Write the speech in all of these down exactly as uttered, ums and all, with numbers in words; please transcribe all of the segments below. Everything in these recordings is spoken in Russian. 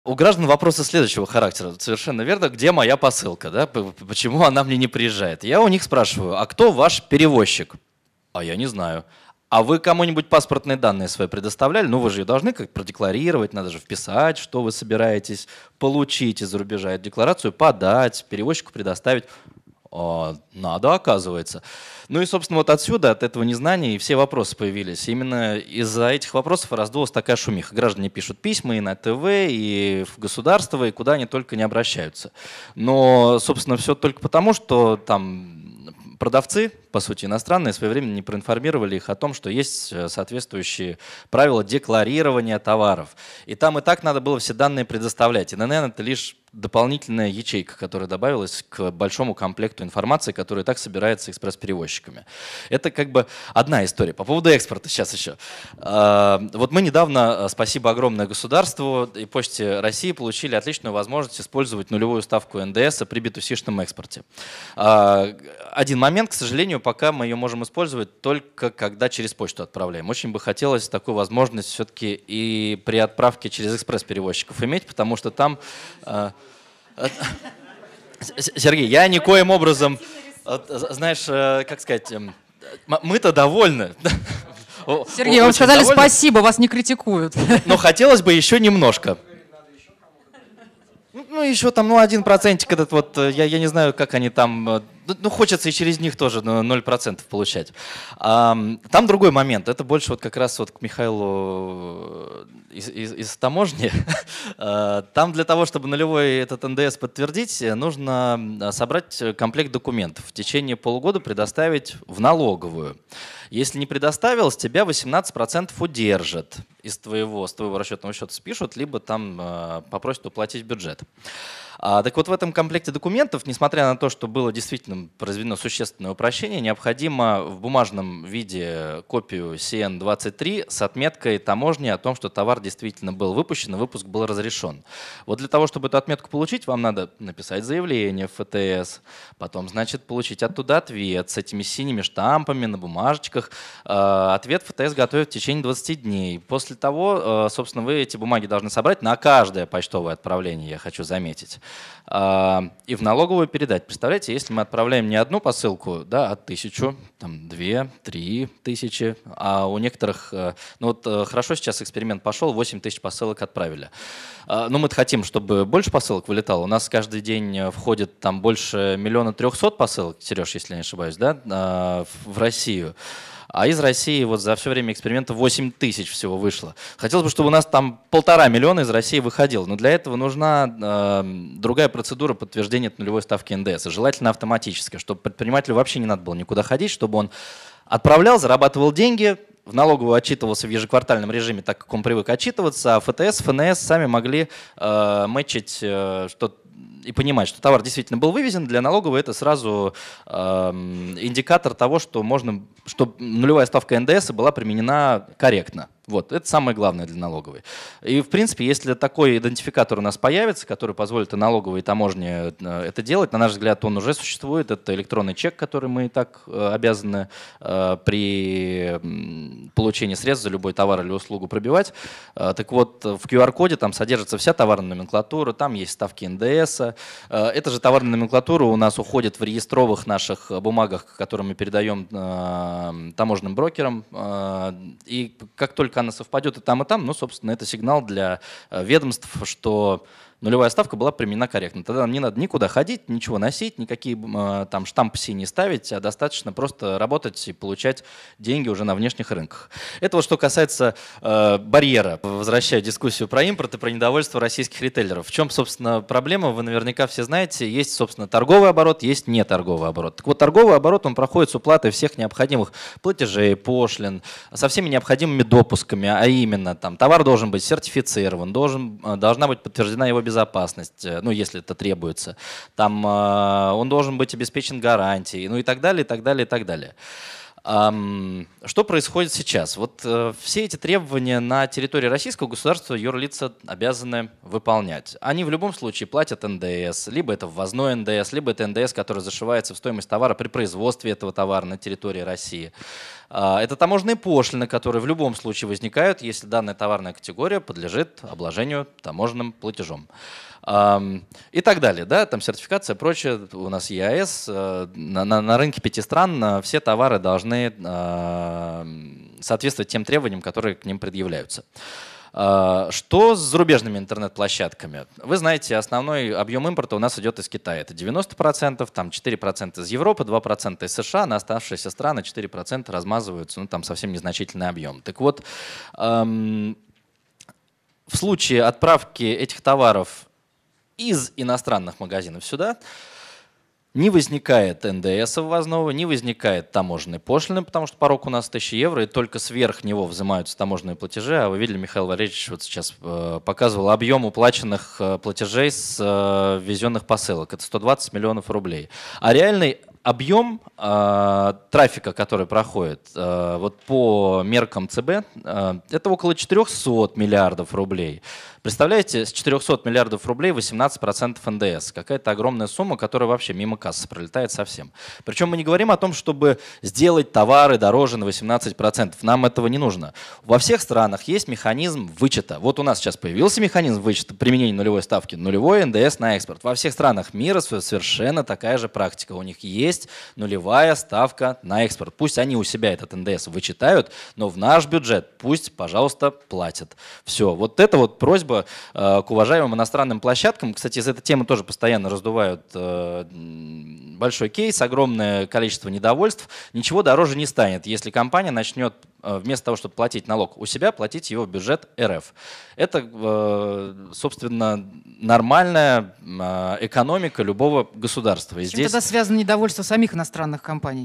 у граждан вопросы следующего характера. Совершенно верно. Где моя посылка? Да? Почему она мне не приезжает? Я у них спрашиваю, а кто ваш перевозчик? А я не знаю. А вы кому-нибудь паспортные данные свои предоставляли? Ну, вы же должны как продекларировать, надо же вписать, что вы собираетесь получить из-за рубежа. Эту декларацию подать, перевозчику предоставить. А, надо, оказывается. Ну и, собственно, вот отсюда, от этого незнания и все вопросы появились. Именно из-за этих вопросов раздулась такая шумиха. Граждане пишут письма и на ТВ, и в государство, и куда они только не обращаются. Но, собственно, все только потому, что там продавцы, по сути, иностранные, своевременно не проинформировали их о том, что есть соответствующие правила декларирования товаров. И там и так надо было все данные предоставлять. ИНН — это лишь дополнительная ячейка, которая добавилась к большому комплекту информации, которая и так собирается экспресс-перевозчиками. Это как бы одна история. По поводу экспорта сейчас еще. Вот мы недавно, спасибо огромное государству и Почте России, получили отличную возможность использовать нулевую ставку эн дэ эс при би ту си-шном экспорте. Один момент, к сожалению, пока мы ее можем использовать только когда через почту отправляем. Очень бы хотелось такую возможность все-таки и при отправке через экспресс-перевозчиков иметь, потому что там… Сергей, я никоим образом, знаешь, как сказать, мы-то довольны. Сергей, вам сказали довольны. Спасибо, вас не критикуют. Но хотелось бы еще немножко. Ну, еще там, ну, один процентик этот вот, я, я не знаю, как они там, ну, хочется и через них тоже ноль процентов получать. А, там другой момент, это больше вот как раз вот к Михаилу из, из, из таможни. Там для того, чтобы нулевой этот эн дэ эс подтвердить, нужно собрать комплект документов. В течение полугода предоставить в налоговую. Если не предоставил, с тебя восемнадцать процентов удержат из твоего, с твоего расчетного счета спишут, либо там э, попросят уплатить в бюджет. А, так вот в этом комплекте документов, несмотря на то, что было действительно произведено существенное упрощение, необходимо в бумажном виде копию си эн двадцать три с отметкой таможни о том, что товар действительно был выпущен и выпуск был разрешен. Вот для того, чтобы эту отметку получить, вам надо написать заявление в эф тэ эс, потом, значит, получить оттуда ответ с этими синими штампами на бумажечках. Ответ эф тэ эс готовит в течение двадцати дней. После того, собственно, вы эти бумаги должны собрать на каждое почтовое отправление, я хочу заметить. И в налоговую передать. Представляете, если мы отправляем не одну посылку, да, а тысячу, там, две, три тысячи, а у некоторых, ну вот хорошо сейчас эксперимент пошел, восемь тысяч посылок отправили. Но мы-то хотим, чтобы больше посылок вылетало. У нас каждый день входит там больше миллиона трехсот посылок, Сереж, если я не ошибаюсь, да, в Россию. А из России вот за все время эксперимента восемь тысяч всего вышло. Хотелось бы, чтобы у нас там полтора миллиона из России выходило. Но для этого нужна э, другая процедура подтверждения нулевой ставки эн дэ эс. Желательно автоматическая, чтобы предпринимателю вообще не надо было никуда ходить, чтобы он отправлял, зарабатывал деньги, в налоговую отчитывался в ежеквартальном режиме, так как он привык отчитываться, а эф тэ эс, эф эн эс сами могли э, мэтчить э, что и понимать, что товар действительно был вывезен. Для налоговой это сразу э, индикатор того, что можно, что нулевая ставка эн дэ эс была применена корректно. Вот, это самое главное для налоговой. И, в принципе, если такой идентификатор у нас появится, который позволит и налоговой, и таможне это делать, на наш взгляд, он уже существует. Это электронный чек, который мы и так обязаны при получении средств за любой товар или услугу пробивать. Так вот, в ку ар-коде там содержится вся товарная номенклатура, там есть ставки эн дэ эс. Эта же товарная номенклатура у нас уходит в реестровых наших бумагах, которые мы передаем таможенным брокерам. И как только она совпадет и там, и там, ну, собственно, это сигнал для ведомств, что нулевая ставка была применена корректно. Тогда нам не надо никуда ходить, ничего носить, никакие э, там штампы синие ставить, а достаточно просто работать и получать деньги уже на внешних рынках. Это вот что касается э, барьера. Возвращаю дискуссию про импорт и про недовольство российских ритейлеров. В чем, собственно, проблема, вы наверняка все знаете. Есть, собственно, торговый оборот, есть неторговый оборот. Так вот, торговый оборот, он проходит с уплатой всех необходимых платежей, пошлин, со всеми необходимыми допусками, а именно, там, товар должен быть сертифицирован, должен, должна быть подтверждена его безопасность. безопасность, ну, если это требуется. Там э, он должен быть обеспечен гарантией, ну и так далее, и так далее, и так далее. Что происходит сейчас? Вот э, все эти требования на территории российского государства юрлица обязаны выполнять. Они в любом случае платят эн дэ эс, либо это ввозной эн дэ эс, либо это эн дэ эс, который зашивается в стоимость товара при производстве этого товара на территории России. Это таможенные пошлины, которые в любом случае возникают, если данная товарная категория подлежит обложению таможенным платежом. И так далее, да, там сертификация, прочее, у нас е а эс, на, на, на рынке пяти стран все товары должны соответствовать тем требованиям, которые к ним предъявляются. Что с зарубежными интернет-площадками? Вы знаете, основной объем импорта у нас идет из Китая. Это девяносто процентов, там четыре процента из Европы, два процента из США, на оставшиеся страны четыре процента размазываются, ну там совсем незначительный объем. Так вот, эм, в случае отправки этих товаров из иностранных магазинов сюда не возникает эн дэ эс ввозного, не возникает таможенной пошлины, потому что порог у нас тысяча евро, и только сверх него взимаются таможенные платежи. А вы видели, Михаил Валерьевич вот сейчас э, показывал объем уплаченных э, платежей с э, ввезенных посылок. Это сто двадцать миллионов рублей. А реальный объем э, трафика, который проходит э, вот по меркам цэ бэ, э, это около четырёхсот миллиардов рублей. Представляете, с четырёхсот миллиардов рублей восемнадцать процентов эн дэ эс. Какая-то огромная сумма, которая вообще мимо кассы пролетает совсем. Причем мы не говорим о том, чтобы сделать товары дороже на восемнадцать процентов. Нам этого не нужно. Во всех странах есть механизм вычета. Вот у нас сейчас появился механизм вычета применения нулевой ставки, нулевой эн дэ эс на экспорт. Во всех странах мира совершенно такая же практика. У них есть нулевая ставка на экспорт. Пусть они у себя этот эн дэ эс вычитают, но в наш бюджет пусть, пожалуйста, платят. Все. Вот это вот просьба к уважаемым иностранным площадкам. Кстати, из этой темы тоже постоянно раздувают большой кейс, огромное количество недовольств. Ничего дороже не станет, если компания начнет вместо того, чтобы платить налог у себя, платить его в бюджет эр эф. Это, собственно, нормальная экономика любого государства. И с чем здесь... тогда связано недовольство самих иностранных компаний?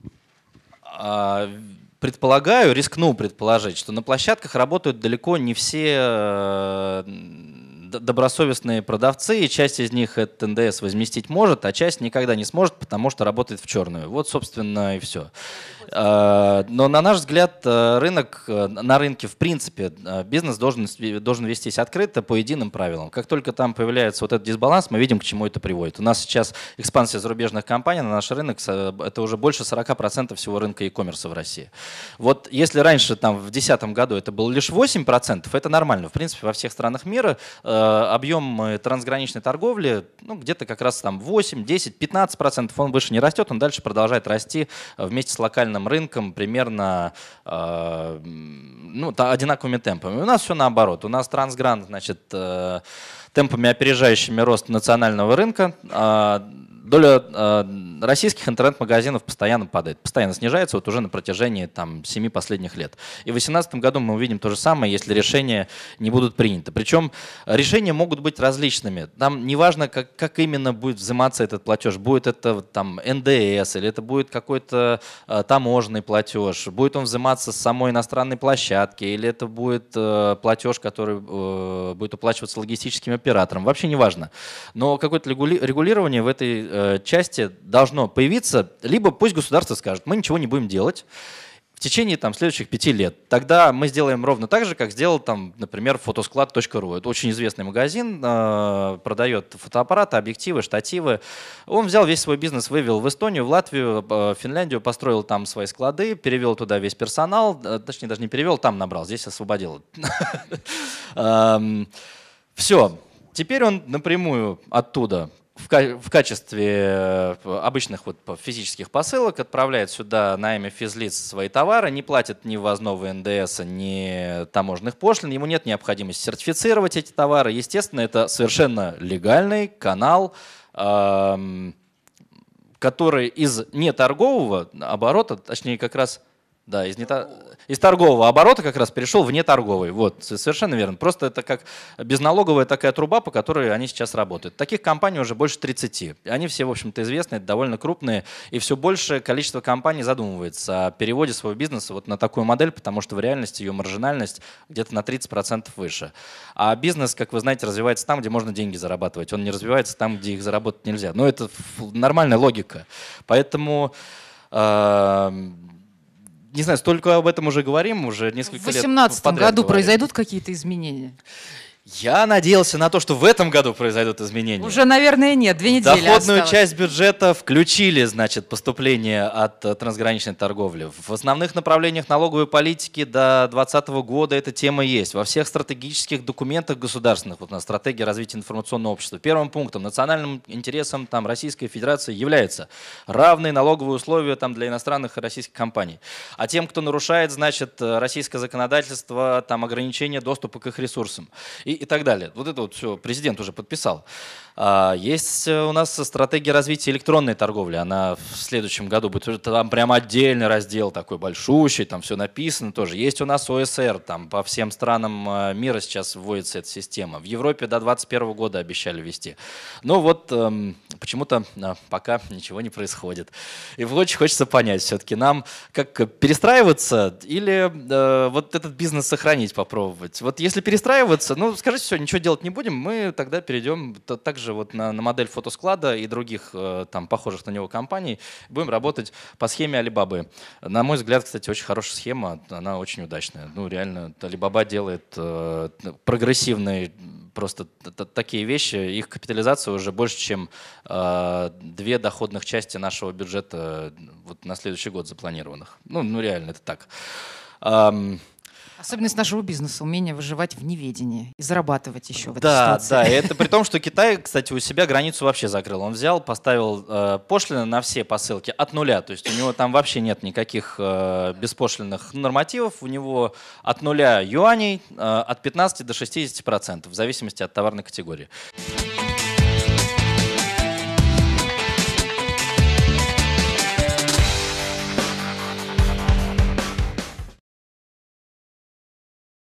Предполагаю, рискну предположить, что на площадках работают далеко не все добросовестные продавцы, и часть из них этот эн дэ эс возместить может, а часть никогда не сможет, потому что работает в черную. Вот, собственно, и все. Но, на наш взгляд, рынок, на рынке, в принципе, бизнес должен, должен вестись открыто по единым правилам. Как только там появляется вот этот дисбаланс, мы видим, к чему это приводит. У нас сейчас экспансия зарубежных компаний на наш рынок, это уже больше сорока процентов всего рынка e-commerce в России. Вот если раньше, там, в две тысячи десятом году это было лишь восемь процентов, это нормально. В принципе, во всех странах мира объем трансграничной торговли, ну, где-то как раз там восемь, десять, пятнадцать процентов, он выше не растет, он дальше продолжает расти вместе с локальным рынком примерно э, ну, одинаковыми темпами. У нас все наоборот. У нас трансгрант, значит, э, темпами, опережающими рост национального рынка. Э, доля э, российских интернет-магазинов постоянно падает, постоянно снижается вот уже на протяжении там, семи последних лет. И в две тысячи восемнадцатом году мы увидим то же самое, если решения не будут приняты. Причем решения могут быть различными. Там неважно, как, как именно будет взиматься этот платеж. Будет это там, эн дэ эс или это будет какой-то э, таможенный платеж. Будет он взиматься с самой иностранной площадки или это будет э, платеж, который э, будет уплачиваться логистическим оператором. Вообще неважно. Но какое-то регулирование в этой части должно появиться, либо пусть государство скажет, мы ничего не будем делать в течение там, следующих пяти лет. Тогда мы сделаем ровно так же, как сделал, там, например, фотосклад точка ру. Это очень известный магазин, э, продает фотоаппараты, объективы, штативы. Он взял весь свой бизнес, вывел в Эстонию, в Латвию, э, Финляндию, построил там свои склады, перевел туда весь персонал, э, точнее даже не перевел, там набрал, здесь освободил. Все. Теперь он напрямую оттуда в качестве обычных вот физических посылок отправляет сюда на имя физлиц свои товары, не платит ни ввозного эн дэ эс, ни таможенных пошлин, ему нет необходимости сертифицировать эти товары. Естественно, это совершенно легальный канал, который из неторгового оборота, точнее как раз да, из, нета... из торгового оборота как раз перешел в неторговый. Вот, совершенно верно. Просто это как безналоговая такая труба, по которой они сейчас работают. Таких компаний уже больше тридцати. Они все, в общем-то, известны, довольно крупные. И все большее количество компаний задумывается о переводе своего бизнеса вот на такую модель, потому что в реальности ее маржинальность где-то на тридцать процентов выше. А бизнес, как вы знаете, развивается там, где можно деньги зарабатывать. Он не развивается там, где их заработать нельзя. Но это нормальная логика. Поэтому... Э не знаю, столько об этом уже говорим, уже несколько лет. В две тысячи восемнадцатом году говорим. произойдут какие-то изменения? Я надеялся на то, что в этом году произойдут изменения. Уже, наверное, нет, две недели Доходную осталось. часть бюджета включили, значит, поступления от э, трансграничной торговли. В основных направлениях налоговой политики до две тысячи двадцатого года эта тема есть. Во всех стратегических документах государственных, вот у нас стратегия развития информационного общества, первым пунктом, национальным интересом там, Российской Федерации является равные налоговые условия там, для иностранных и российских компаний. А тем, кто нарушает, значит, российское законодательство, там, ограничение доступа к их ресурсам. И и так далее. Вот это вот все президент уже подписал. Есть у нас стратегия развития электронной торговли. Она в следующем году будет, там прям отдельный раздел такой большущий, там все написано тоже. Есть у нас О С Р, там по всем странам мира сейчас вводится эта система. В Европе до двадцать первого года обещали ввести. Но вот эм, почему-то э, пока ничего не происходит. И очень хочется понять, все-таки нам как перестраиваться или э, вот этот бизнес сохранить, попробовать. Вот если перестраиваться, ну скажите, все, ничего делать не будем, мы тогда перейдем также вот на, на модель фотосклада и других э, там похожих на него компаний, будем работать по схеме Алибабы. На мой взгляд, кстати, очень хорошая схема, она очень удачная. Ну реально, Алибаба делает э, прогрессивные просто такие вещи, их капитализация уже больше, чем э, две доходных части нашего бюджета вот на следующий год запланированных. Ну, ну реально, это так. Эм, Особенность нашего бизнеса — умение выживать в неведении и зарабатывать еще в этой Да, ситуации. да, и это при том, что Китай, кстати, у себя границу вообще закрыл. Он взял, поставил э, пошлины на все посылки от нуля, то есть у него там вообще нет никаких э, беспошлинных нормативов, у него от нуля юаней, э, от пятнадцати до шестидесяти процентов, в зависимости от товарной категории.